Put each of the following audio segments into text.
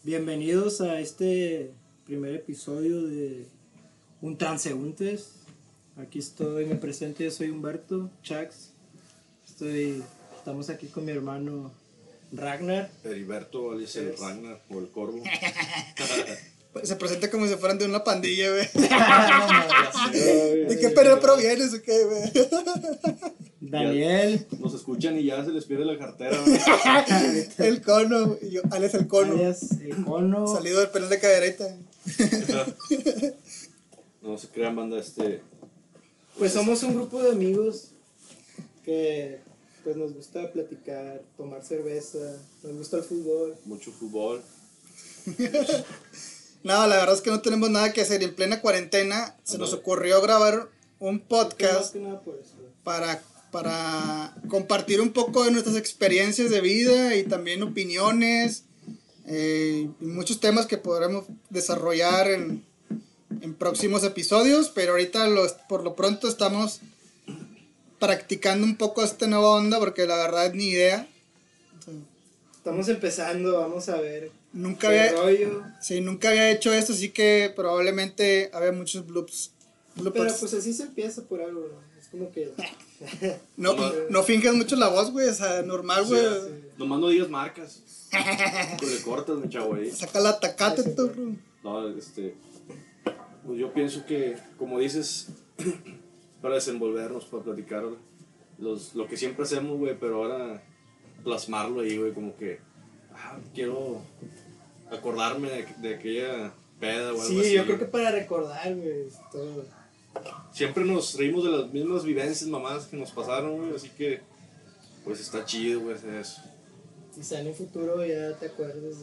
Bienvenidos a este primer episodio de Un Transeúntes. Aquí estoy, me presento, yo soy Humberto Chax. Estamos aquí con mi hermano Ragnar. Heriberto, alias el Ragnar o el Corvo. Se presenta como si fueran de una pandilla, güey. ¿De ¿De qué perro provienes o qué, güey? Daniel. Nos escuchan y ya se les pierde la cartera, güey. El cono, y yo, alias el cono. Alias el cono. Salido del penal de cadereta. No se crean, banda, Pues somos un grupo de amigos que pues nos gusta platicar, tomar cerveza, nos gusta el fútbol. mucho fútbol. No, la verdad es que no tenemos nada que hacer. Y en plena cuarentena se nos ocurrió grabar un Más podcast que nada por eso. para compartir un poco de nuestras experiencias de vida y también opiniones y muchos temas que podremos desarrollar en próximos episodios, pero ahorita por lo pronto estamos practicando un poco esta nueva onda porque la verdad ni idea. Estamos empezando, vamos a ver. Nunca ¿Qué había, rollo? sí, nunca había hecho esto, así que probablemente había muchos bloopers. Pero pues así se empieza por algo, ¿no? Es como que... No finges mucho la voz, güey, o sea, normal, güey. Nomás no digas marcas. Pues le cortas, mi chavo, ahí. Saca la tacate, tú. No, pues yo pienso que, como dices, para desenvolvernos, para platicar lo que siempre hacemos, güey, pero ahora plasmarlo ahí, güey, como que quiero acordarme de aquella peda o algo así. Sí, yo creo que para recordar, güey, todo. Siempre nos reímos de las mismas vivencias, mamás que nos pasaron, güey, así que, pues está chido, güey, hacer eso. Quizá en el futuro ya te acuerdes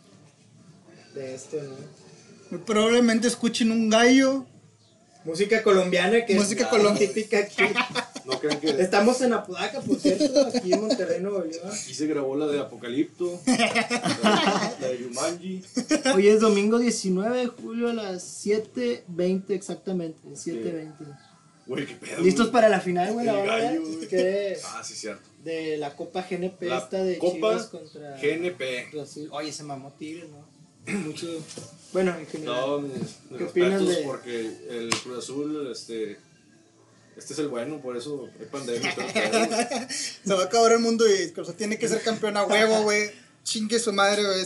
de esto, ¿no? Muy probablemente escuchen un gallo. Música colombiana que Música es colombiana. típica aquí. No crean que Estamos en Apodaca, por cierto, aquí en Monterrey, Nuevo León. aquí se grabó la de Apocalipto, la de Yumanji. Hoy es domingo 19 de julio a las 7:20 exactamente, 7:20. Güey, qué pedo. ¿Listos güey. para la final, güey? La El van a ver. gallo, güey. Que Sí, cierto. de la Copa GNP La esta de Copa Chivas contra GNP. Brasil. Oye, se mamó Tigres, ¿no? Mucho. Bueno, en general. No, mis ¿Qué opinas respetos de- porque el Cruz Azul, este es el bueno, por eso hay pandemia. Todo el pedo, güey. Se va a acabar el mundo y Cruz Azul tiene que ser campeón a huevo, güey. Chingue su madre, güey.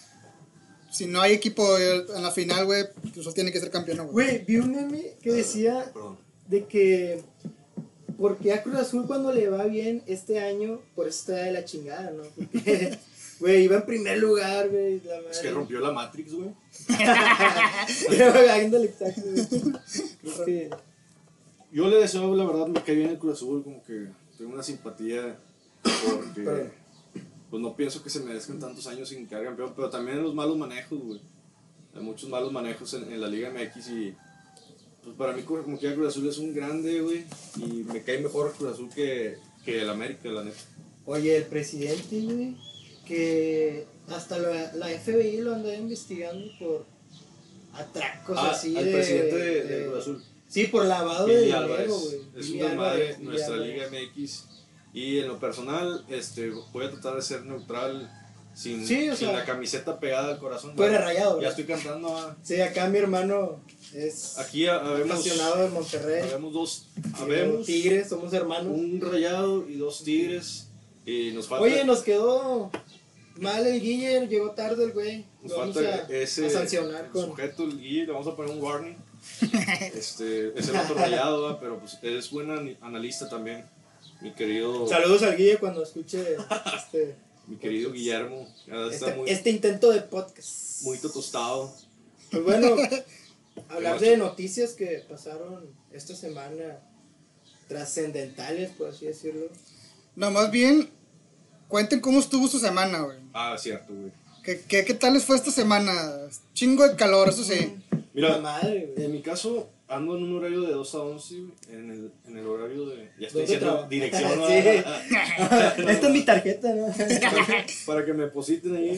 Si no hay equipo en la final, güey, Cruz Azul tiene que ser campeón a huevo. Güey, vi un meme que decía Perdón. de que porque a Cruz Azul cuando le va bien este año, por eso está de la chingada, ¿no? Porque, güey, iba en primer lugar, güey, la madre. Es que rompió la Matrix, güey. Ándale, exacto, güey. Creo que... Yo le deseo, la verdad, me cae bien el Cruz Azul, como que tengo una simpatía porque pues no pienso que se merezcan tantos años sin quedar campeón, pero también en los malos manejos, güey. Hay muchos malos manejos en la Liga MX y pues para mí como que el Cruz Azul es un grande, güey, y me cae mejor el Cruz Azul que el América, la neta. Oye, el presidente, güey, que hasta la FBI lo andaba investigando por atracos así al presidente de Cruz Azul. Sí, por lavado Billy de Álvarez, dinero, güey. es Billy un desmadre Álvarez, nuestra Billy Liga Álvarez. MX y en lo personal voy a tratar de ser neutral sin Sí, o sin sea, la camiseta pegada al corazón. tú eres Ya- rayado, Ya ¿verdad? estoy cantando. Sí, acá mi hermano es Aquí habemos apasionado de Monterrey. habemos Tigres, somos hermanos. un rayado y dos tigres y nos falta Oye, nos quedó mal el Guille, llegó tarde el güey. nos Lo vamos falta a ese sancionar con... sujeto, el Guille, le vamos a poner un warning. Es el otro rayado, ¿verdad? Pero pues es buen analista también, mi querido Saludos al Guille cuando escuche mi querido Guillermo. Está este intento de podcast. muy tostado. Pues bueno, hablar de noticias que pasaron esta semana, trascendentales, por así decirlo. No, más bien, cuenten cómo estuvo su semana, güey. Cierto, güey. ¿Qué tal les fue esta semana? Chingo de calor, eso sí. Mira, La madre, güey. en mi caso, ando en un horario de 2 a 11, güey, en el horario de... Ya estoy ¿Dónde diciendo trabajas? dirección, ¿no? Sí. Esta es mi tarjeta, ¿no? Para que me depositen ahí.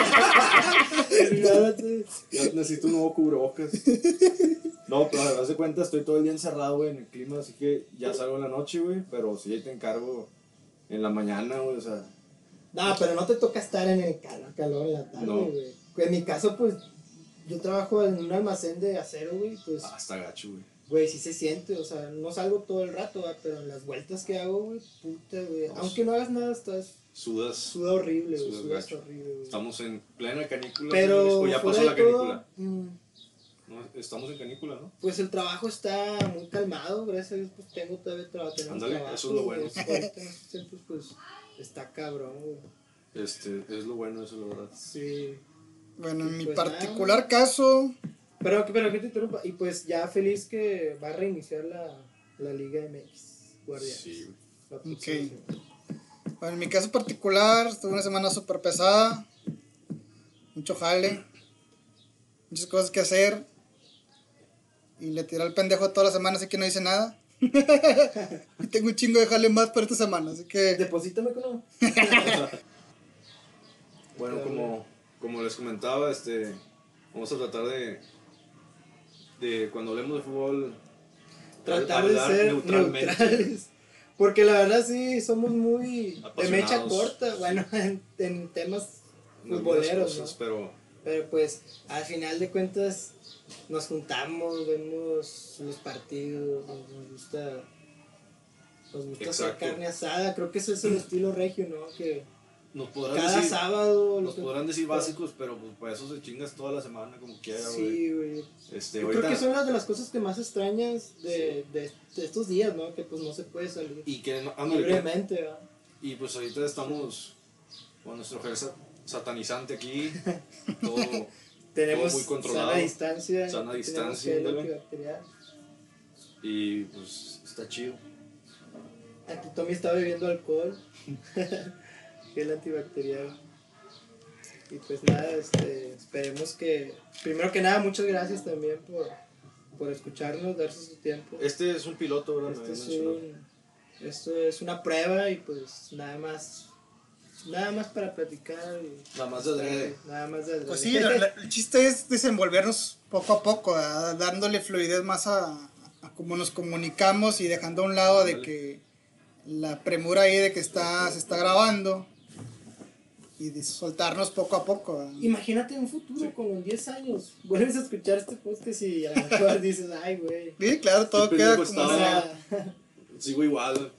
Ya necesito un nuevo cubrebocas. No, pero haz de cuenta, estoy todo el día encerrado, güey, en el clima, así que ya salgo en la noche, güey, pero sí ahí te encargo en la mañana, güey, o sea... No, pero no te toca estar en el calor en la tarde, No. güey. En mi caso, pues, yo trabajo en un almacén de acero, güey, pues, Está gacho, güey. güey, sí se siente, o sea, no salgo todo el rato, ¿va? Pero en las vueltas que hago, güey, puta, güey, aunque no hagas nada, Sudas. suda horrible, güey, Sudas sudas gacho. horrible, güey. Estamos en plena canícula. Pero, O ya fuera pasó de la todo, canícula. No, estamos en canícula, ¿no? pues el trabajo está muy calmado, gracias a Dios, pues tengo todavía tenemos Ándale, trabajo, eso es lo bueno. güey, ahorita en estos tiempos, pues, está cabrón, güey. Es lo bueno, eso, la verdad. Sí. Bueno, en mi Pues particular caso, Pero que te interrumpa, y pues ya feliz que va a reiniciar la Liga MX, Guardianes. Sí, güey. La próxima Ok. semana. bueno, en mi caso particular, tuve una semana súper pesada, mucho jale, muchas cosas que hacer, y le tiré al pendejo toda la semana, así que no hice nada. Y tengo un chingo de jale más para esta semana, así que... Deposítame con uno. Bueno, como les comentaba, vamos a tratar de cuando hablemos de fútbol, Tratar de hablar ser neutrales. Porque la verdad sí, somos muy de Apasionados. mecha corta, bueno, en temas en algunas futboleros, cosas, ¿no? Pero pues al final de cuentas nos juntamos, vemos los partidos, nos gusta hacer Exacto. carne asada, creo que ese es el estilo regio, ¿no? Que nos podrán cada decir, sábado... nos podrán decir básicos, pero pues para eso se chingas toda la semana como quiera, güey. Sí, güey. Yo Ahorita, creo que son una de las cosas que más extrañas de estos días, ¿no? Que pues no se puede salir y que ándale, libremente, ¿verdad? y pues ahorita estamos con nuestro ejército satanizante aquí, todo Tenemos muy controlado, sana distancia. sana tenemos distancia, gel ándale. antibacterial. y pues está chido. Aquí Tommy está bebiendo alcohol. Gel antibacterial. Y pues nada, esperemos que... Primero que nada, muchas gracias también por escucharnos, darse su tiempo. Este es un piloto, ¿verdad? Me habían mencionado. Esto es una prueba y pues nada más para platicar. Nada más de adrede. Nada más de adrede. Pues sí, el chiste es desenvolvernos poco a poco, ¿verdad? Dándole fluidez más a cómo nos comunicamos y dejando a un lado de que la premura ahí de que se está grabando y de soltarnos poco a poco, ¿verdad? Imagínate un futuro con los 10 años. Vuelves a escuchar este podcast y a lo mejor dices, ay, güey. Sí, claro, todo Qué queda pendejo como O estaba. sea, Sigo igual.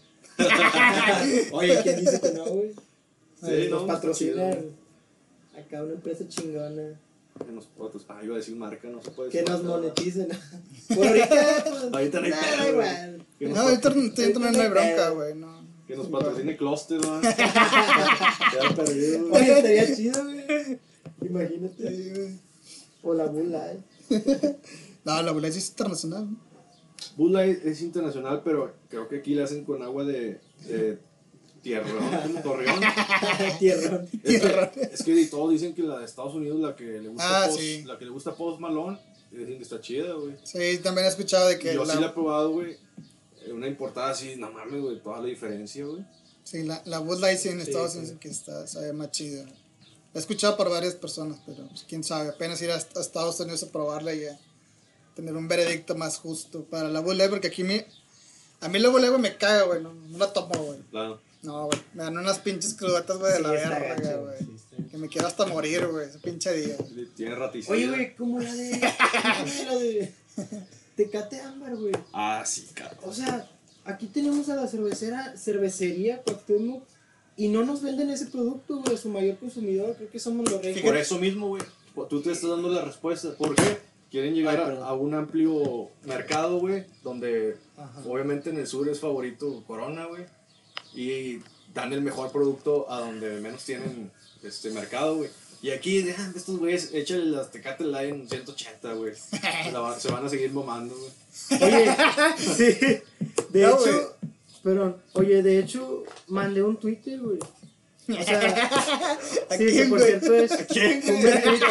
oye, ¿quién dice que no, güey? Sí, Nos no, patrocinan está chido. acá una empresa chingona. Que nos iba a decir marca, no se puede Que decir nos marca. moneticen. Por ahorita, pues, Ahorita no hay nada, pedo, güey. igual. Que nos No, ahorita no hay bronca, güey, no. Que nos patrocine Cluster, ¿no? Queda perdido, güey. Oye, estaría chido, güey. Imagínate. Sí, güey. O la Bull Light. No, la bola es internacional, ¿no? Bud Light es internacional, pero creo que aquí la hacen con agua de tierrón, como torreón. Tierrón. Es que todos dicen que la de Estados Unidos, la que le gusta sí. la que le gusta Post Malone, dicen que está chida, güey. Sí, también he escuchado de que Yo sí la he probado, güey. Una importada así, no mames, güey, toda la diferencia, güey. sí, la Bud Light sí en Sí, Estados sí. Unidos que sabe más chido. La he escuchado por varias personas, pero pues, quién sabe, apenas ir a Estados Unidos a probarla y a tener un veredicto más justo para la Bud Light, porque aquí a mí la Bud Light, güey, me caga, güey, no la tomo, güey. Claro. No, güey, me dan unas pinches crudatas, güey, de Sí, la está verga, gacho, güey. sí, está. Que me quiero hasta morir, güey, ese pinche día. Tiene raticida. Oye, güey, como la de. la de. Tecate Ámbar, güey. Ah, sí, cabrón. O sea, aquí tenemos a la cervecería Cuauhtémoc y no nos venden ese producto, güey. Su mayor consumidor, creo que somos los reyes. Por eso mismo, güey, tú te estás dando la respuesta. ¿Por qué? Quieren llegar Ay, perdón. a un amplio mercado, güey, donde Ajá. obviamente en el sur es favorito Corona, güey, y dan el mejor producto a donde menos tienen mercado, güey. Y aquí, estos güeyes, échale las Tecate Light en 180, güey. Se van a seguir mamando, güey. Oye, sí. De No, hecho, güey. perdón. Oye, de hecho, mandé un Twitter, güey. O sea, ¿A sí, que quién, por güey? cierto es. quién? Un retweet.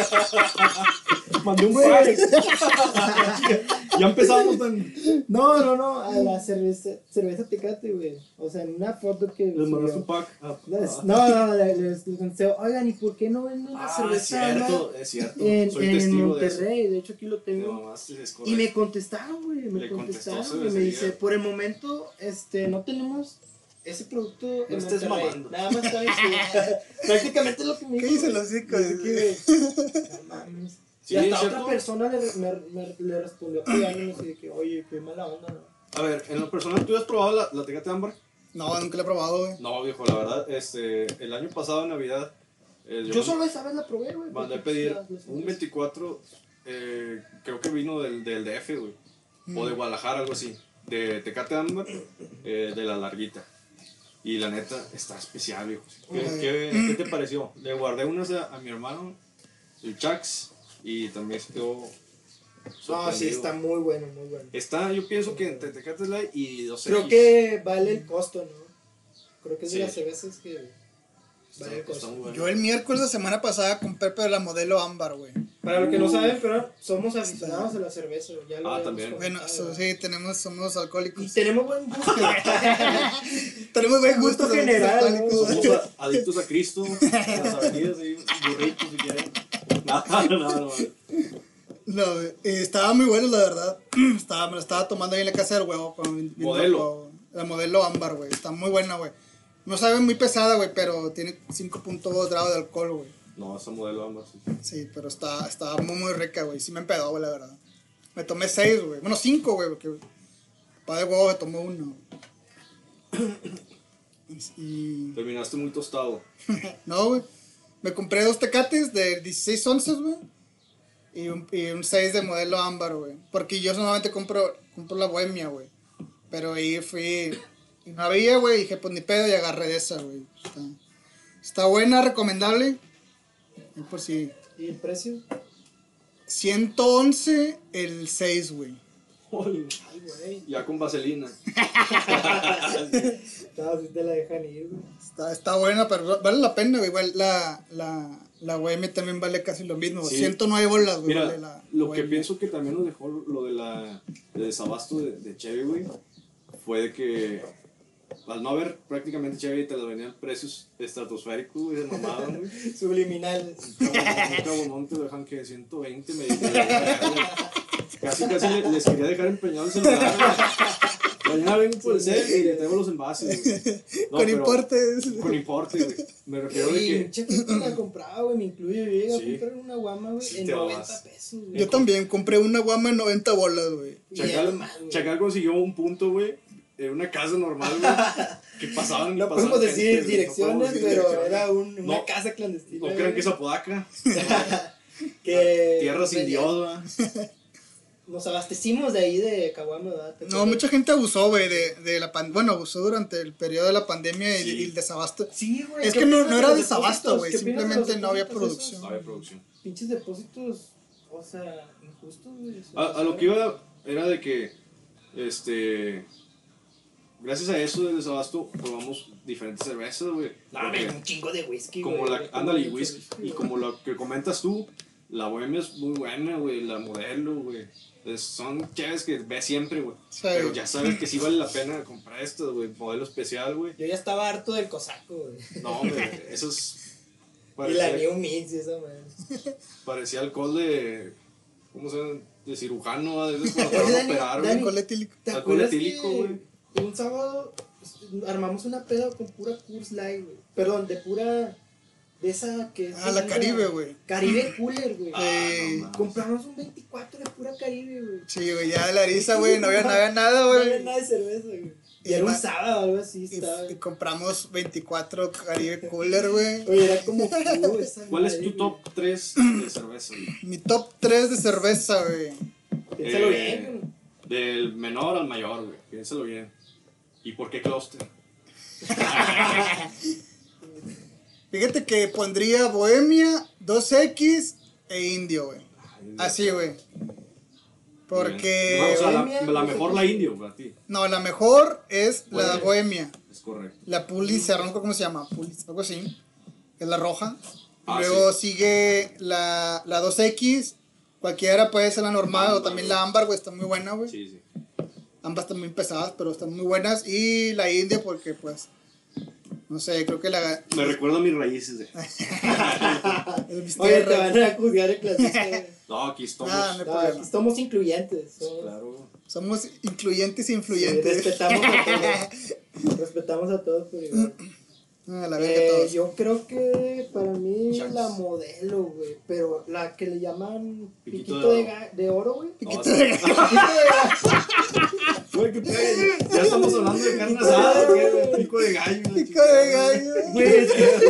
Mandé un Güey. Ya empezamos tan... No, a la cerveza Tecate, güey. O sea, en una foto que. Les mandaste subió. un pack. No, les comenté, oigan, ¿y por qué no venden una Ah, es cerveza cierto, es cierto. en Soy testigo de eso. Monterrey? De hecho, aquí lo Mi tengo. mamá sí es Y correcto. me contestaron, güey, me Le contestó contestaron y me cervecería. dice, por el momento, no tenemos ese producto No en estés Monterrey. mamando. Nada más está en Ciudad. Prácticamente es lo que me ¿Qué dijo. dice el hocico? Dice que, Sí, y hasta ¿cierto? otra persona le respondió apoyándome así de que, oye, qué mala onda, ¿no? A ver, en lo personal, ¿tú has probado la Tecate Ámbar? No, nunca lo he probado, güey. No, viejo, la verdad, el año pasado en Navidad, Yo solo esa vez la probé, güey. mandé a porque, pedir pues, un 24, creo que vino del DF, güey, o de Guadalajara, algo así, de Tecate Ámbar, de la larguita. Y la neta, está especial, viejo. ¿Qué te pareció? Le guardé unas a mi hermano, el Chax, y también se quedó No, sí, sorprendido. está muy bueno, muy bueno. Está, yo pienso que entre Tecate Light y 2X. Creo que vale el costo, ¿no? Creo que es de Sí. las cervezas que vale el está costo. muy bueno. Yo el miércoles de la semana pasada compré pero la modelo ámbar, güey. Para los que no saben, pero somos aficionados a la cerveza, güey, ya lo habíamos también. Bueno, comentado, sí, somos alcohólicos. Y tenemos buen gusto. Tenemos buen gusto gusto general, alcohólicos. Somos adictos a Cristo, en las avenidas, y burritos si quieren. No. No, güey, estaba muy bueno, la verdad. Me la estaba tomando ahí en la casa del huevo. Modelo. La modelo ámbar, güey. Está muy buena, güey. No sabe muy pesada, güey, pero tiene 5.2 grados de alcohol, güey. No, esa modelo ambas. Sí. Sí, pero está muy, muy rica, güey. Sí me empedó, güey, la verdad. Me tomé 6, güey. Bueno, 5, güey, porque papá de huevo me tomó 1. Y... Terminaste muy tostado. no, güey. Me compré 2 tecates de 16 onzas, güey. Y un 6 de modelo ámbar, güey. Porque yo solamente compro la bohemia, güey. Pero ahí fui y no había, güey. Dije, pues ni pedo y agarré de esa, güey. Está buena, recomendable. Y por si... ¿Y el precio? 111 el 6, güey. Ay, güey. Ya con vaselina. No, si te la dejan ir, güey. Está buena, pero vale la pena, güey. Igual la bohemia también vale casi lo mismo. Sí. 109 bolas, güey. Mira, vale la lo que bohemia. pienso que también nos dejó lo de de desabasto de Chevy, güey, fue de que al no haber prácticamente Chevy te las venían precios estratosféricos, güey, de mamada, güey. Subliminales. Un cabonón te lo dejan que 120 me dijo. Casi les quería dejar empeñado el celular, güey. Mañana vengo por el cel y le traigo los envases, güey. No, Con pero- importes. Con importe, güey. Me refiero de Y que... mucha gente la compraba, güey, me incluye. Yo llegué Sí. a comprar una guama, güey, Sí, en te 90 vas. pesos, güey. Yo también compré una guama en 90 bolas, güey. Y ya lo más, güey. Chacal consiguió un punto, güey, en una casa normal, güey, que pasaban. No pasaban podemos gente, decir güey, direcciones, no podemos decir pero direcciones. era una No, casa clandestina. No crean güey, que es Apodaca, que tierra sin vendía- Dios, ¿va? Nos abastecimos de ahí de Caguama, ¿verdad? ¿Te No, acuerdas? mucha gente abusó, güey, de la pandemia. Bueno, abusó durante el periodo de la pandemia Sí. y el desabasto. Sí, güey. Es ¿qué que no opinas de era los desabasto, depósitos? güey. ¿Qué opinas de Simplemente los no había depósitos producción. esos? No había producción. Pinches depósitos, o sea, injustos, güey. o sea, A lo que iba era de que, gracias a eso del desabasto, probamos diferentes cervezas, güey. No, Porque hombre, un chingo de whisky, como güey. ándale, y whisky. Y güey. como lo que comentas tú, la bohemia es muy buena, güey, la modelo, güey. Son chaves que ves siempre, güey. Sí. Pero ya sabes que sí vale la pena comprar esto, güey, modelo especial, güey. Yo ya estaba harto del cosaco, güey. No, hombre, eso es... Y la New Mix y esa, madre. parecía alcohol de... ¿Cómo se llama? De cirujano, ¿va? De esos para Oye, Dani, operar, Dani, güey. Alcohol etílico. ¿Te Alcohol acuerdas etílico, güey. que un sábado armamos una peda con pura Coors Light, güey? Perdón, de pura... De esa que... es Ah, la de Caribe, güey. Caribe Cooler, güey. Sí. mames. Compramos un 24 de pura Caribe, güey. Sí, güey, ya de la eriza, güey, no había nada, No había güey. nada de cerveza, güey. Y Y era un ma- sábado, algo así, Y, estaba. y compramos 24 Caribe Cooler, güey. Oye, era como esa ¿Cuál es madre, tu güey. top 3 de cerveza, güey? Mi top 3 de cerveza, güey. Piénsalo bien, güey. Del menor al mayor, güey. Piénsalo bien. ¿Y por qué Cluster? Fíjate que pondría Bohemia, 2X e Indio, güey. Así, güey. Porque... O sea, Bohemia, la mejor la indio, para ti. No, la mejor es la Bohemia. Bohemia. Es correcto. La Pulis, ¿cómo se llama? Pulis, algo así. Es la roja. Ah, Luego sigue la 2X. Cualquiera puede ser la normal o Ámbar, también güey. la ámbar, güey. Está muy buena, güey. Sí, sí. Ambas están muy pesadas, pero están muy buenas. Y la India porque, pues, no sé, creo que la... Me recuerda a mis raíces, de. es mis Oye, te tierras. van a juzgar el clasista, güey. No, aquí estamos. Ah, no hay No, problema. aquí somos incluyentes. Somos, Claro. Somos incluyentes e sí, influyentes. respetamos a todos. Respetamos a todos por igual. La verga todos. Yo creo que para mí Chance. la modelo, güey. Pero la que le llaman Piquito piquito de de oro, güey. Piquito No, de Piquito de gallo. Güey, qué pedo. Ya estamos hablando de carne asada, güey. Pico de gallo. la Pico de gallo. Güey,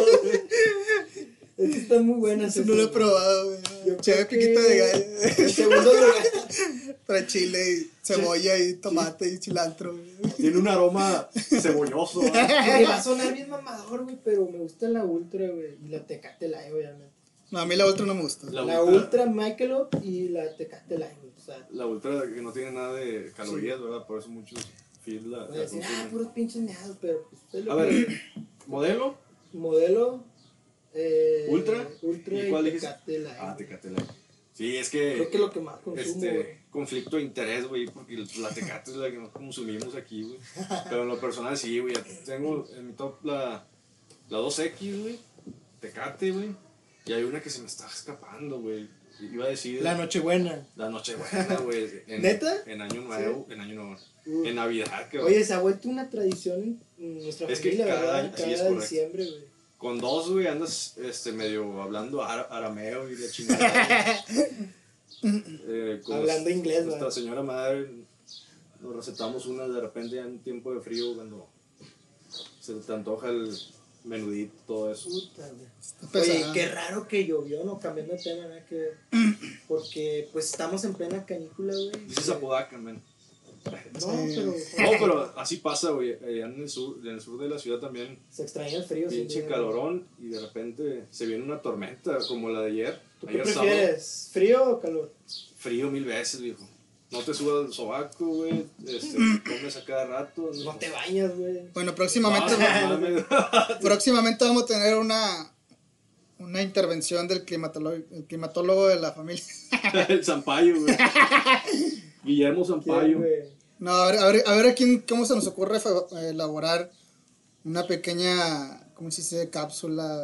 es que están muy buenas. Eso no lo he probado, güey. Yo Chévere, creo piquito que de gallo. En segundo lugar. Trae chile y cebolla y tomate y cilantro, güey. Tiene un aroma cebolloso. Que va a sonar bien mamador, güey, pero me gusta la Ultra, güey. Y la Tecate Light, obviamente. No, a mí la otra no me gusta. La Ultra Michelob y la Tecate Light, güey. O sea, La ultra que no tiene nada de calorías, ¿verdad? Por eso muchos feels la voy a decir, consumen. puros pinches meados, pero pues es lo A que- ver, modelo. Modelo. Ultra. Ultra ¿Y y, cuál dijiste? Tecate Light. Ah, Tecate Light. Sí, es Creo que que es lo que más consumo, güey. conflicto de interés, güey, porque la Tecate es la que nos consumimos aquí, güey. Pero en lo personal sí, güey. Tengo en mi top la 2X, güey. Tecate, güey. Y hay una que se me está escapando, güey. Iba a decir La Nochebuena. la Nochebuena, güey. ¿Neta? En Año Nuevo, en Año Nuevo. En Navidad, que Oye, se ha vuelto una tradición en nuestra Es que familia, cada ¿verdad? año- sí, es Cada correcto. diciembre, güey. con dos, güey, andas medio hablando arameo y la chingada. Como Hablando inglés, nuestra ¿verdad? señora madre nos recetamos una de repente en un tiempo de frío cuando se te antoja el menudito, todo eso. Puta, güey. Está Oye, pesada. qué raro que llovió, ¿no? Cambiando de tema, nada que ver. Porque, pues, estamos en plena canícula, güey. Dices Apodaca, man. No, Sí. pero... No, pero así pasa, güey. Allá en el sur de la ciudad también, Se extraña el frío. pinche siempre, calorón y de repente se viene una tormenta como la de ayer. ¿Tú qué Ayer prefieres? ¿Frío o calor? frío 1000 veces, viejo. No te subas el sobaco, güey. Comes a cada rato. No te bañas, güey. Bueno, próximamente, No, mames. próximamente vamos a tener una intervención del climatólogo de la familia. El Zampayo, güey. Guillermo ¿Quién, Zampayo. güey? No, a ver cómo se nos ocurre elaborar una pequeña, ¿cómo se dice? Cápsula,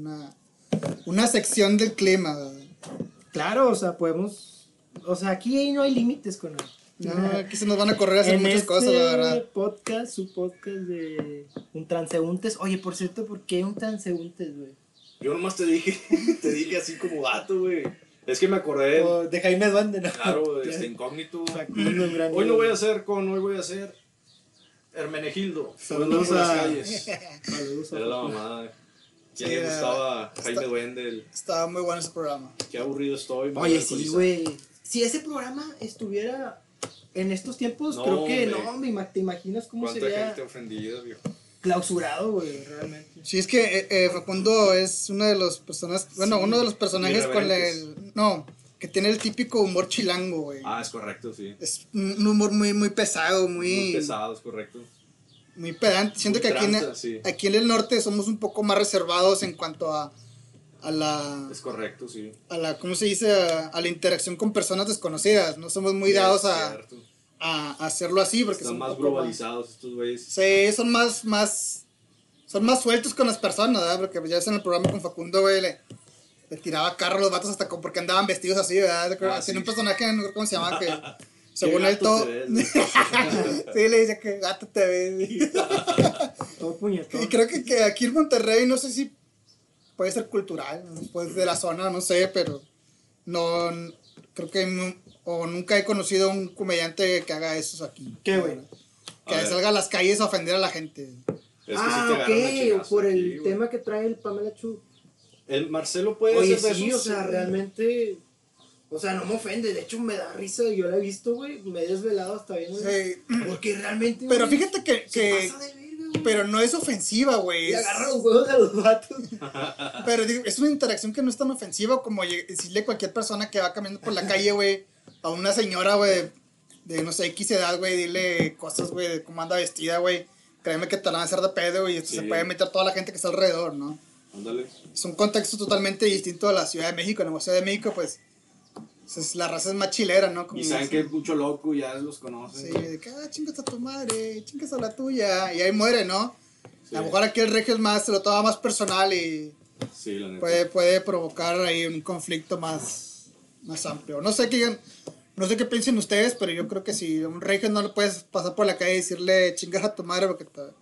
una sección del clima. ¿verdad? Claro, o sea, podemos... O sea, aquí no hay límites con él. No, aquí se nos van a correr a hacer En muchas este cosas, la verdad. podcast, su podcast de un transeúntes. Oye, por cierto, ¿por qué un transeúntes, güey? Yo nomás te dije así como dato, güey. Es que me acordé, O de Jaime Duende, ¿no? claro, incógnito. Facundo, un gran Hoy ídolo. hoy voy a hacer Hermenegildo. Saludos Saludos por las a- calles. Saludos a Era la Facundo. mamada. Sí, ¿Quién le gustaba Jaime Duende? Estaba muy bueno ese programa. Qué aburrido estoy. me Oye, voy a sí, alcoholizar. güey. Si ese programa estuviera en estos tiempos, No, creo que hombre. no, te imaginas cómo ¿Cuánta sería gente ofendida, viejo? clausurado, güey, realmente. Sí, es que Facundo es uno de los personajes, bueno, uno de los personajes con irreverentes. que tiene el típico humor chilango, güey. Ah, es correcto, sí. Es un humor muy pesado, Muy pesado, es correcto. muy pedante. Siento Muy que tranza, sí. aquí en el norte somos un poco más reservados en cuanto a la, Es correcto, sí. ¿cómo se dice? A la interacción con personas desconocidas. No somos muy dados Es a cierto. hacerlo así porque Están son más un poco globalizados estos güeyes. Sí, son más sueltos con las personas, ¿verdad? Porque ya ves en el programa con Facundo, güey, le tiraba carro a los vatos hasta porque andaban vestidos así, ¿verdad? Ah, Tiene sí. un personaje, no recuerdo cómo se llama, que según Qué él gato todo... te ves, güey. Sí, le dice que gato te ves. Todo puñetón. Y creo que aquí en Monterrey, no sé si puede ser cultural, pues de la zona, no sé, pero no, creo que o nunca he conocido un comediante que haga eso aquí. ¿Qué, güey? Que A ver. salga a las calles a ofender a la gente. Es que sí Ah, te agarran a ok, chingazos por aquí, el güey. tema que trae el Pamela Chu. El Marcelo puede Oye, hacer de sí, o esos, sea, sí. realmente... O sea, no me ofende, de hecho me da risa, yo la he visto, güey, me he desvelado hasta bien, güey. Sí. Porque realmente, Pero güey, fíjate que se pasa de verga, güey. pero no es ofensiva, güey. Y agarra los huevos a los vatos. Pero digo, es una interacción que no es tan ofensiva como decirle a cualquier persona que va caminando por la calle, güey, a una señora, güey, de no sé, X edad, güey, dile cosas, güey, de cómo anda vestida, güey. Créeme que te la van a hacer de pedo, güey, y esto Sí. se puede meter toda la gente que está alrededor, ¿no? Ándale. Es un contexto totalmente distinto a la Ciudad de México. En la Ciudad de México, pues, la raza es más chilera, ¿no? Como Y saben que dicen. es mucho loco, ya los conocen. Sí, de que, chingas a tu madre, chingas a la tuya, y ahí muere, ¿no? Sí. A lo mejor aquí el regio es más, se lo toma más personal y Sí, la neta. puede provocar ahí un conflicto más amplio. No sé qué piensen ustedes, pero yo creo que si a un regio no le puedes pasar por la calle y decirle chingas a tu madre porque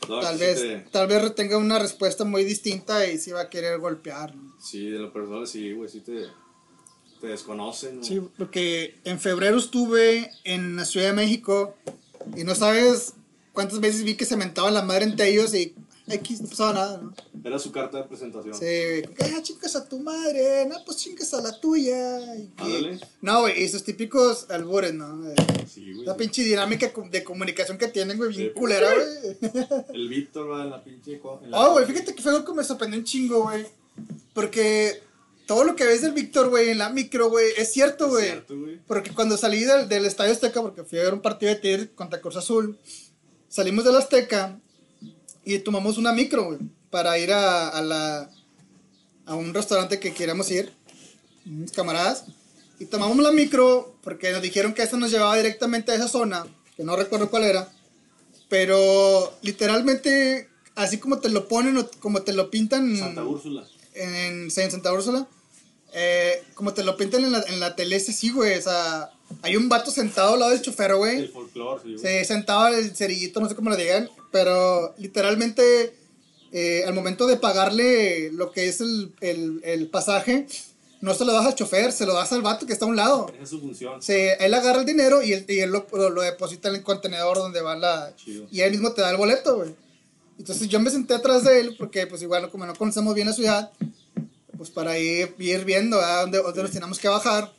No, tal vez tenga una respuesta muy distinta y sí va a querer golpear, ¿no? Sí, de lo personal sí, güey, sí te desconocen, ¿no? Sí, porque en febrero estuve en la Ciudad de México y no sabes cuántas veces vi que se mentaban la madre entre ellos y X, no pasaba nada, ¿no? Era su carta de presentación. Sí, chingas a tu madre, no, pues chingas a la tuya. Ándale. No, güey, esos típicos albures, ¿no? Sí, güey. La Sí. pinche dinámica de comunicación que tienen, güey, bien Sí. culera, güey. El Víctor va en la pinche... Güey, fíjate que fue algo que me sorprendió un chingo, güey. Porque todo lo que ves del Víctor, güey, en la micro, güey, es cierto, güey. Porque cuando salí del Estadio Azteca, porque fui a ver un partido de Tigres contra Cruz Azul, salimos del Azteca y tomamos una micro, güey, para ir a un restaurante que queríamos ir, unos camaradas. Y tomamos la micro porque nos dijeron que esa nos llevaba directamente a esa zona, que no recuerdo cuál era. Pero literalmente, así como te lo ponen o como te lo pintan... Santa Úrsula. En Santa Úrsula, como te lo pintan en la tele, sí, güey. O sea, hay un vato sentado al lado del chofer, güey. El folclore, sí, güey. Se sentaba el cerillito, no sé cómo lo digan. Pero literalmente, al momento de pagarle lo que es el pasaje, no se lo das al chofer, se lo das al vato que está a un lado. Esa es su función. Él agarra el dinero y él lo deposita en el contenedor donde va Chido. y él mismo te da el boleto, güey. Entonces yo me senté atrás de él porque pues igual como no conocemos bien la ciudad, pues para ir viendo a dónde nos teníamos que bajar.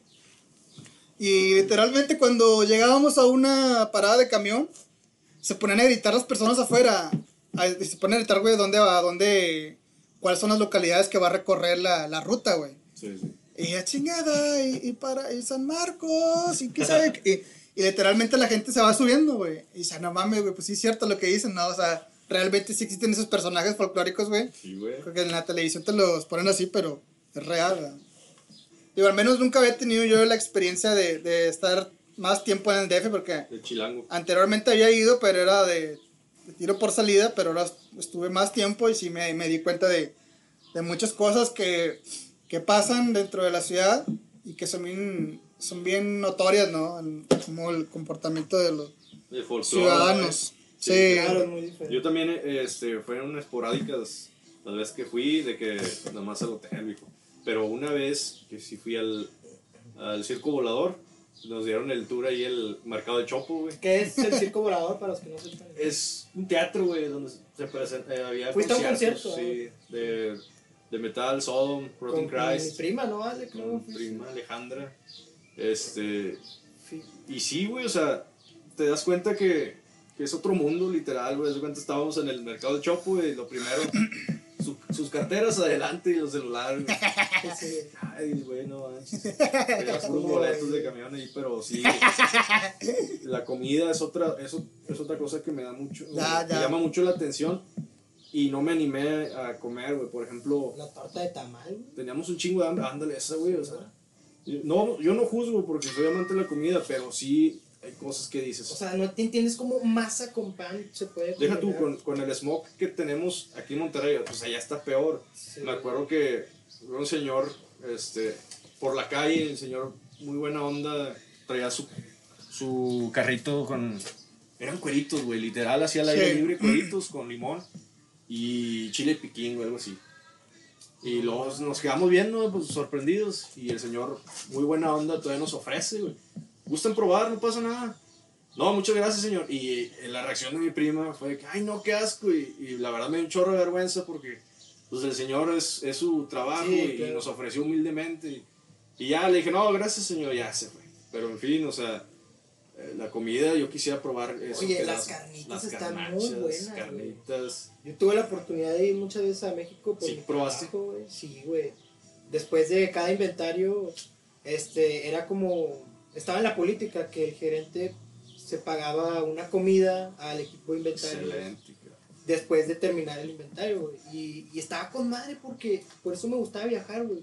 Y literalmente cuando llegábamos a una parada de camión, se ponían a gritar las personas afuera. Se ponen a gritar, güey, cuáles son las localidades que va a recorrer la ruta, güey. Sí, sí. Y ya chingada, y San Marcos, y qué sabe. Y literalmente la gente se va subiendo, güey. Y dice, no mames, güey, pues sí es cierto lo que dicen, ¿no? O sea, realmente sí existen esos personajes folclóricos, güey. Sí, güey. Porque en la televisión te los ponen así, pero es real, güey. Digo, al menos nunca había tenido yo la experiencia de estar más tiempo en el DF, porque El chilango. anteriormente había ido, pero era de tiro por salida, pero ahora estuve más tiempo y sí me di cuenta de muchas cosas que pasan dentro de la ciudad y que son bien notorias, ¿no? Como el comportamiento de los ciudadanos. Sí, claro, es muy diferente. Yo también, fueron esporádicas las veces que fui, de que nada más al hotel, viejo. Pero una vez que sí fui al Circo Volador, nos dieron el tour ahí, el mercado de Chopo, güey. ¿Qué es el Circo Volador para los que no sepan? Es un teatro, güey, donde se presenta, había ¿Fuiste a un conciertos, concierto? sí, de metal, Sodom, Rotten Con Christ. mi prima, ¿no? Ale, creo. Con mi prima Alejandra. Y sí, güey, o sea, te das cuenta que es otro mundo, literal, güey. De cuenta estábamos en el mercado de Chopo, güey, lo primero, sus carteras adelante y los celulares, güey. Sí. Ay, güey, no manches. Tenías puros boletos de camión ahí, pero sí. La comida es otra cosa que me da mucho, me llama mucho la atención. Y no me animé a comer, güey. Por ejemplo, La torta de tamal, güey. teníamos un chingo de hambre. Ándale, esa, güey, o sea. No, yo no juzgo porque soy amante de la comida, pero sí hay cosas que dices. O sea, no te entiendes cómo masa con pan se puede comer. Deja tú, con el smoke que tenemos aquí en Monterrey, pues allá está peor. Sí. Me acuerdo que un señor, por la calle, el señor, muy buena onda, traía su carrito con... Eran cueritos, güey, literal, hacía al aire libre, cueritos con limón y chile piquín o algo así. Y luego nos quedamos viendo, pues sorprendidos, y el señor, muy buena onda, todavía nos ofrece, güey. ¿Gustan probar? No pasa nada. No, muchas gracias, señor. Y la reacción de mi prima fue de que, ay, no, qué asco. Y la verdad me dio un chorro de vergüenza porque pues el señor es su trabajo, sí, claro. Y nos ofreció humildemente. Y ya le dije, no, gracias, señor, ya se fue. Pero en fin, o sea, la comida yo quisiera probar eso. Oye, las carnitas están muy buenas. Carnitas. Yo tuve la oportunidad de ir muchas veces a México por ¿Sí probaste? trabajo, güey. Sí, güey. Después de cada inventario, era como... Estaba en la política que el gerente se pagaba una comida al equipo de inventario. Excelente. Después de terminar el inventario, güey. Y estaba con madre porque por eso me gustaba viajar, güey.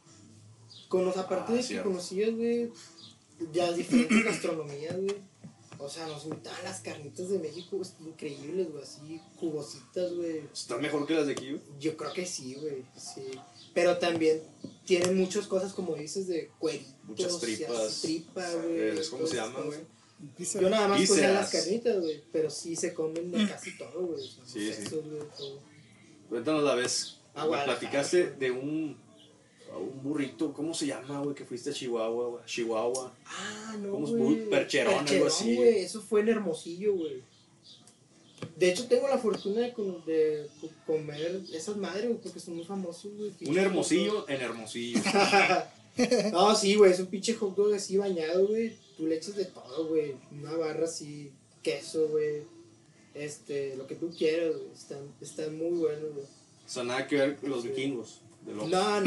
Aparte de que conocías, güey, las diferentes gastronomías, güey. O sea, nos invitaban las carnitas de México, pues, increíbles, güey, así, jugositas, güey. ¿Están mejor que las de aquí, güey? Yo creo que sí, güey, sí. Pero también tienen muchas cosas, como dices, de cueritos. Muchas tripas. Tripa, güey. ¿Cómo se llama, güey? Pizza. Yo nada más Pizzas. cocía las carnitas, güey, pero sí se comen de casi todo, güey. O sea, Sí, los sí. sesos, güey, todo. Cuéntanos la vez. Me Guadalajara, platicaste güey. de un burrito, ¿cómo se llama, güey? Que fuiste a Chihuahua, güey. Chihuahua. Ah, no, ¿Cómo es? güey. Percherón, algo así. güey, eso fue en Hermosillo, güey. De hecho, tengo la fortuna de comer esas madres, güey, porque son muy famosos, güey. Un Hermosillo en Hermosillo. No, sí, güey, es un pinche hot dog así bañado, güey. Tú le echas de todo, güey. Una barra así, queso, güey. Lo que tú quieras, güey. Están muy buenos, güey. O sea, nada que ver con los vikingos. De No, los... no,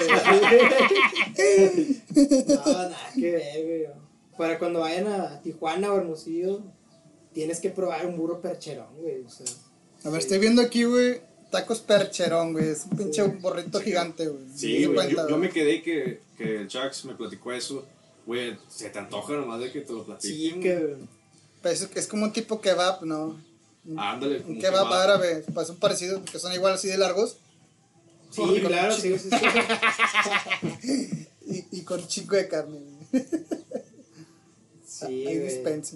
nada que ver, güey. Para cuando vayan a Tijuana o Hermosillo, tienes que probar un burro percherón, güey. O sea, A ver, sí. estoy viendo aquí, güey, tacos percherón, güey. Es un pinche Sí. burrito gigante, güey. Sí, Me di güey. cuenta, Yo me quedé que el Chax me platicó eso. Güey, se te antoja nomás de que te lo platiquen. Sí, que... Pues es como un tipo kebab, ¿no? Ándale, como Un kebab kebab. árabe. Pues son parecidos, porque son igual así de largos. Sí, Con claro, un sí, sí, sí. Y con un chingo de carne, güey. Sí, Ahí güey. dispensen.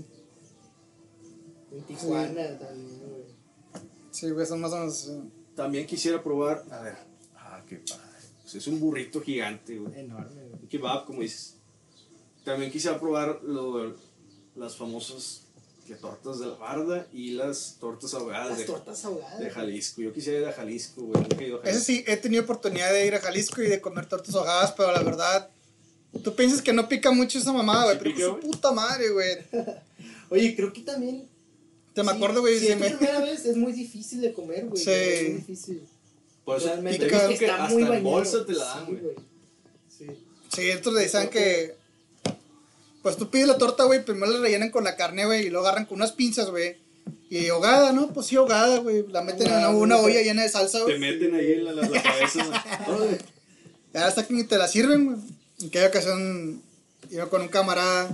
En Tijuana también, güey. Sí, güey, son más o menos así. También quisiera probar. A ver. Qué padre. Pues es un burrito gigante, güey. Enorme, güey. Un kebab, como dices. También quisiera probar las famosas tortas de la barda y las tortas ahogadas Las tortas ahogadas. de Jalisco. Yo quisiera ir a Jalisco, güey. Nunca he ido a Ese Jalisco. sí, he tenido oportunidad de ir a Jalisco y de comer tortas ahogadas, pero la verdad, tú piensas que no pica mucho esa mamada, güey, Sí pero pica, con su güey. puta madre, güey. Oye, creo que también... Te me acuerdo, güey, Si se es tu me... primera vez, es muy difícil de comer, güey. Sí. Es muy difícil. Por eso Realmente, he pica. visto que está hasta muy en bañado. bolsa te la dan, Sí, güey. Sí. Sí, estos le dicen que... Pues tú pides la torta, güey, primero la rellenan con la carne, güey, y luego agarran con unas pinzas, güey. Y ahogada, ¿no? Pues sí, ahogada, güey. La meten en una olla llena de salsa, Te güey. meten ahí en la cabeza. Órale. Ya hasta que te la sirven, güey. En aquella ocasión iba con un camarada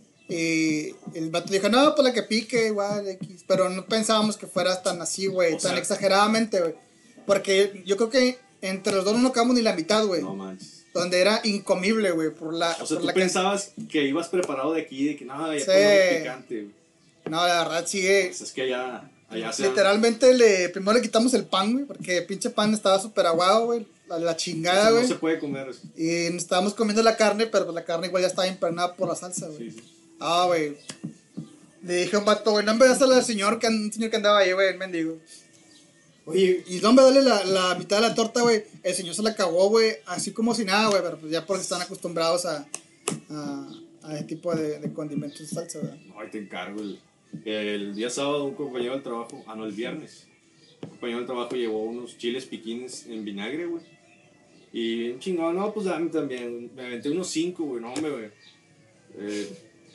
y el vato dijo, no, pues la que pique, igual, X. Pero no pensábamos que fuera tan así, güey, O tan sea, exageradamente, güey. Porque yo creo que entre los dos no nos acabamos ni la mitad, güey. No manches. Donde era incomible, güey, por la... O sea, por tú la pensabas que ibas preparado de aquí, de que no, ya Sí. ponemos picante, güey. No, la verdad sigue... Pues es que allá se Literalmente primero le quitamos el pan, güey, porque el pinche pan estaba súper aguado, güey. La chingada, no güey. se puede comer eso. Y nos estábamos comiendo la carne, pero pues la carne igual ya estaba impregnada por la salsa, güey. Sí, sí. Ah, güey. Le dije a un vato, güey, no me das al señor un señor que andaba ahí, güey, el mendigo. Oye, Y no me dale la mitad de la torta, güey. El señor se la acabó, güey, así como si nada, güey, pero pues ya porque están acostumbrados a ese tipo de condimentos de salsa, güey. No, ahí te encargo. El día sábado un compañero del trabajo, no, el viernes, un compañero del trabajo llevó unos chiles piquines en vinagre, güey. Y un chingón, no, pues dame también. Me aventé unos 5, güey, no, hombre, güey.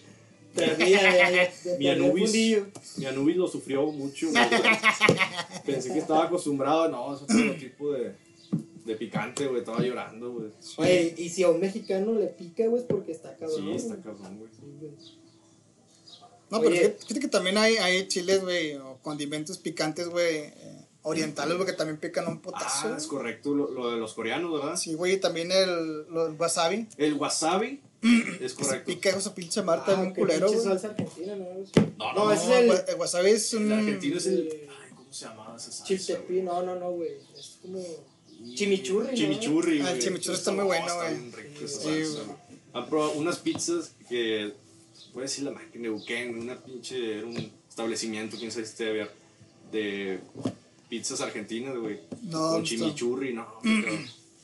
Mi Anubis lo sufrió mucho, güey. Pensé que estaba acostumbrado, no, es otro tipo de picante, güey, estaba llorando, güey. Oye, y si a un mexicano le pica, güey, es porque está cabrón. Sí, está güey. cabrón, güey. Sí, güey. No, pero Oye. fíjate que también hay chiles, güey, o condimentos picantes, güey, orientales, güey, que también pican un potazo. Ah, es correcto, lo de los coreanos, ¿verdad? Sí, güey, y también el wasabi. El wasabi es Que se correcto. pica hijo su pinche Marta, un qué culero, pinche güey. salsa argentina, ¿no? No, No, no, ese es el El wasabi es un... El argentino es el. Eh, Ay, ¿cómo se llamaba esa salsa? chiltepín, no, güey. Es como chimichurri, ¿no? Chimichurri, Ah, güey. el chimichurri está muy bueno, Está güey. bien rico esa Sí, salsa, güey. güey. Han probado unas pizzas que. Voy a decir la máquina de Neuquén, una pinche. Era un establecimiento, quién sabe si esté a ver. De pizzas argentinas, güey. No, Con no chimichurri, no. pero-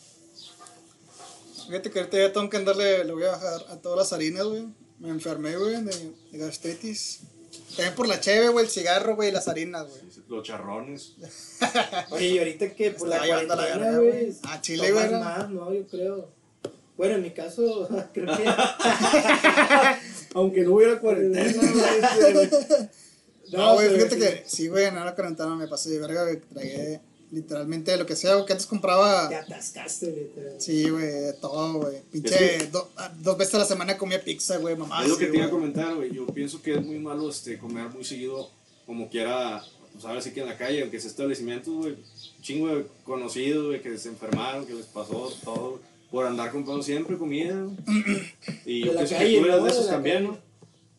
Fíjate que ahorita ya tengo que andarle, le voy a bajar a todas las harinas, güey. Me enfermé, güey, de gastritis. También por la cheve, güey, el cigarro, güey, y las harinas, güey. Los charrones. Oye, y ahorita que por la Estaba llevando a la cuarentena, verga, güey. güey. Ah, Chile, güey, tomas ¿no? más, ¿no? Yo creo. Bueno, en mi caso, creo que. Aunque no hubiera cuarentena, güey. No, güey, pero fíjate sí. que sí, güey, en la cuarentena me pasé de verga, güey. Tragué literalmente lo que sea, güey, que antes compraba. Te atascaste, literal. Sí, güey, de todo, güey. Pinche, Es que- 2 veces a la semana comía pizza, güey, mamá. Es lo que sí, te iba a güey. comentar, güey. Yo pienso que es muy malo comer muy seguido, como quiera, pues ahora sí que en la calle, aunque sea establecimientos, güey. Chingo de conocidos, güey, que se enfermaron, que les pasó todo, güey, por andar comprando siempre comida, güey. Y De yo la pienso calle, que tú eras ¿no? de esos De la también, calle. ¿no?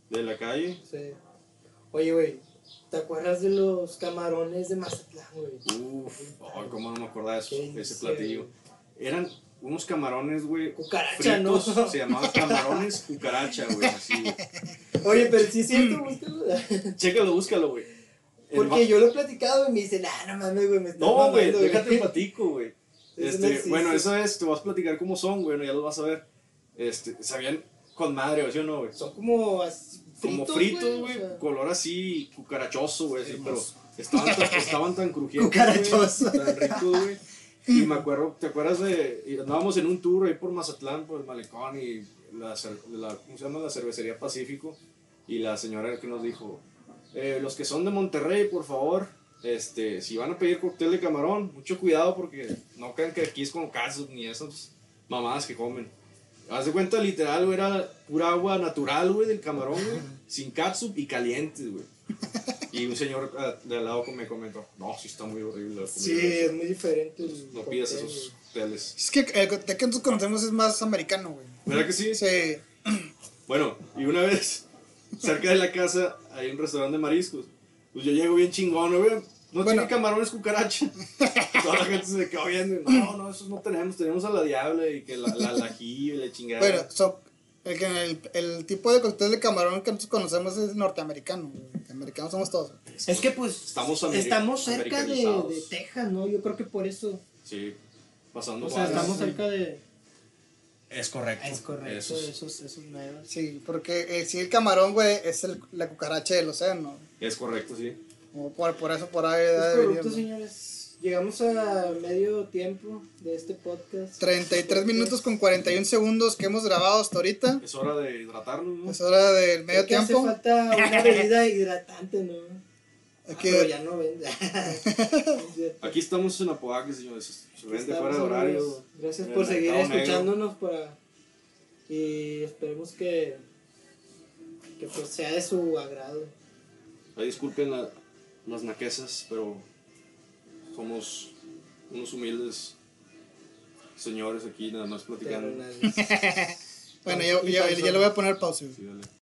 de la calle. Sí. Oye, güey, ¿te acuerdas de los camarones de Mazatlán, güey? Uf, ay, cómo no me acordaba de eso, ¿Qué ese dice, platillo. Eran unos camarones, güey. Cucaracha, ¿no? Se llamaban camarones cucaracha, güey, así, güey. Oye, pero sí es cierto, búscalo. Chécalo, búscalo, güey. Porque yo lo he platicado y me dicen, no mames, güey, me estás No, güey, mamando, déjate platico, güey. Eso no existe. Bueno, eso es, te vas a platicar cómo son, güey, ya los vas a ver. Sabían con madre, ¿sí o no, güey? Son como así, Como fritos, fritos, o güey, sea. color así cucarachoso, güey, así, pero estaban tan crujientes, Cucarachoso. güey, tan ricos, güey. Y me acuerdo, ¿te acuerdas y andábamos en un tour ahí por Mazatlán, por el Malecón y ¿cómo se llama? La cervecería Pacífico, y la señora que nos dijo, los que son de Monterrey, por favor, si van a pedir cóctel de camarón, mucho cuidado porque no crean que aquí es con casos ni esas mamadas que comen. Haz de cuenta, literal, güey, era pura agua natural, güey, del camarón, güey, sin catsup y calientes, güey. Y un señor de al lado me comentó, no, sí está muy horrible la comida. Sí, es muy diferente. No pidas esos cócteles. Es que el cóctel que nosotros conocemos es más americano, güey. ¿Verdad que sí? Sí. Bueno, y una vez, cerca de la casa, hay un restaurante de mariscos. Pues yo llego bien chingón, güey. No Bueno. tiene camarones cucaracha. Toda la gente se me quedó viendo. No, esos no tenemos a la diabla y que la ajillo y la chingada. Bueno, el tipo de cóctel de camarón que nosotros conocemos es norteamericano, güey. Americanos somos todos. Es que pues Estamos cerca de americanizados. Texas, ¿no? Yo creo que por eso. Sí, pasando O sea, por- estamos cerca de... Es correcto. Es correcto, esos nuevos. Sí, porque sí, el camarón, güey, es la cucaracha del océano. Es correcto, sí. O por eso por ahí Es debe venir, correcto, ¿no? señores. Llegamos a medio tiempo de este podcast. 33 minutos con 41 segundos que hemos grabado hasta ahorita. Es hora de hidratarnos, ¿no? Es hora del medio Creo que hace tiempo. falta una bebida hidratante, ¿no? Aquí- Pero ya no vende. Aquí estamos en Apodaca, señores. Se vende fuera de Estamos, horario. amigos. Gracias en por el seguir mercado negro. escuchándonos y esperemos que pues sea de su agrado. Ahí disculpen las naquezas, pero somos unos humildes señores aquí, nada más Pero platicando. nadie. Bueno, ya le voy a poner pausa. Sí, dale.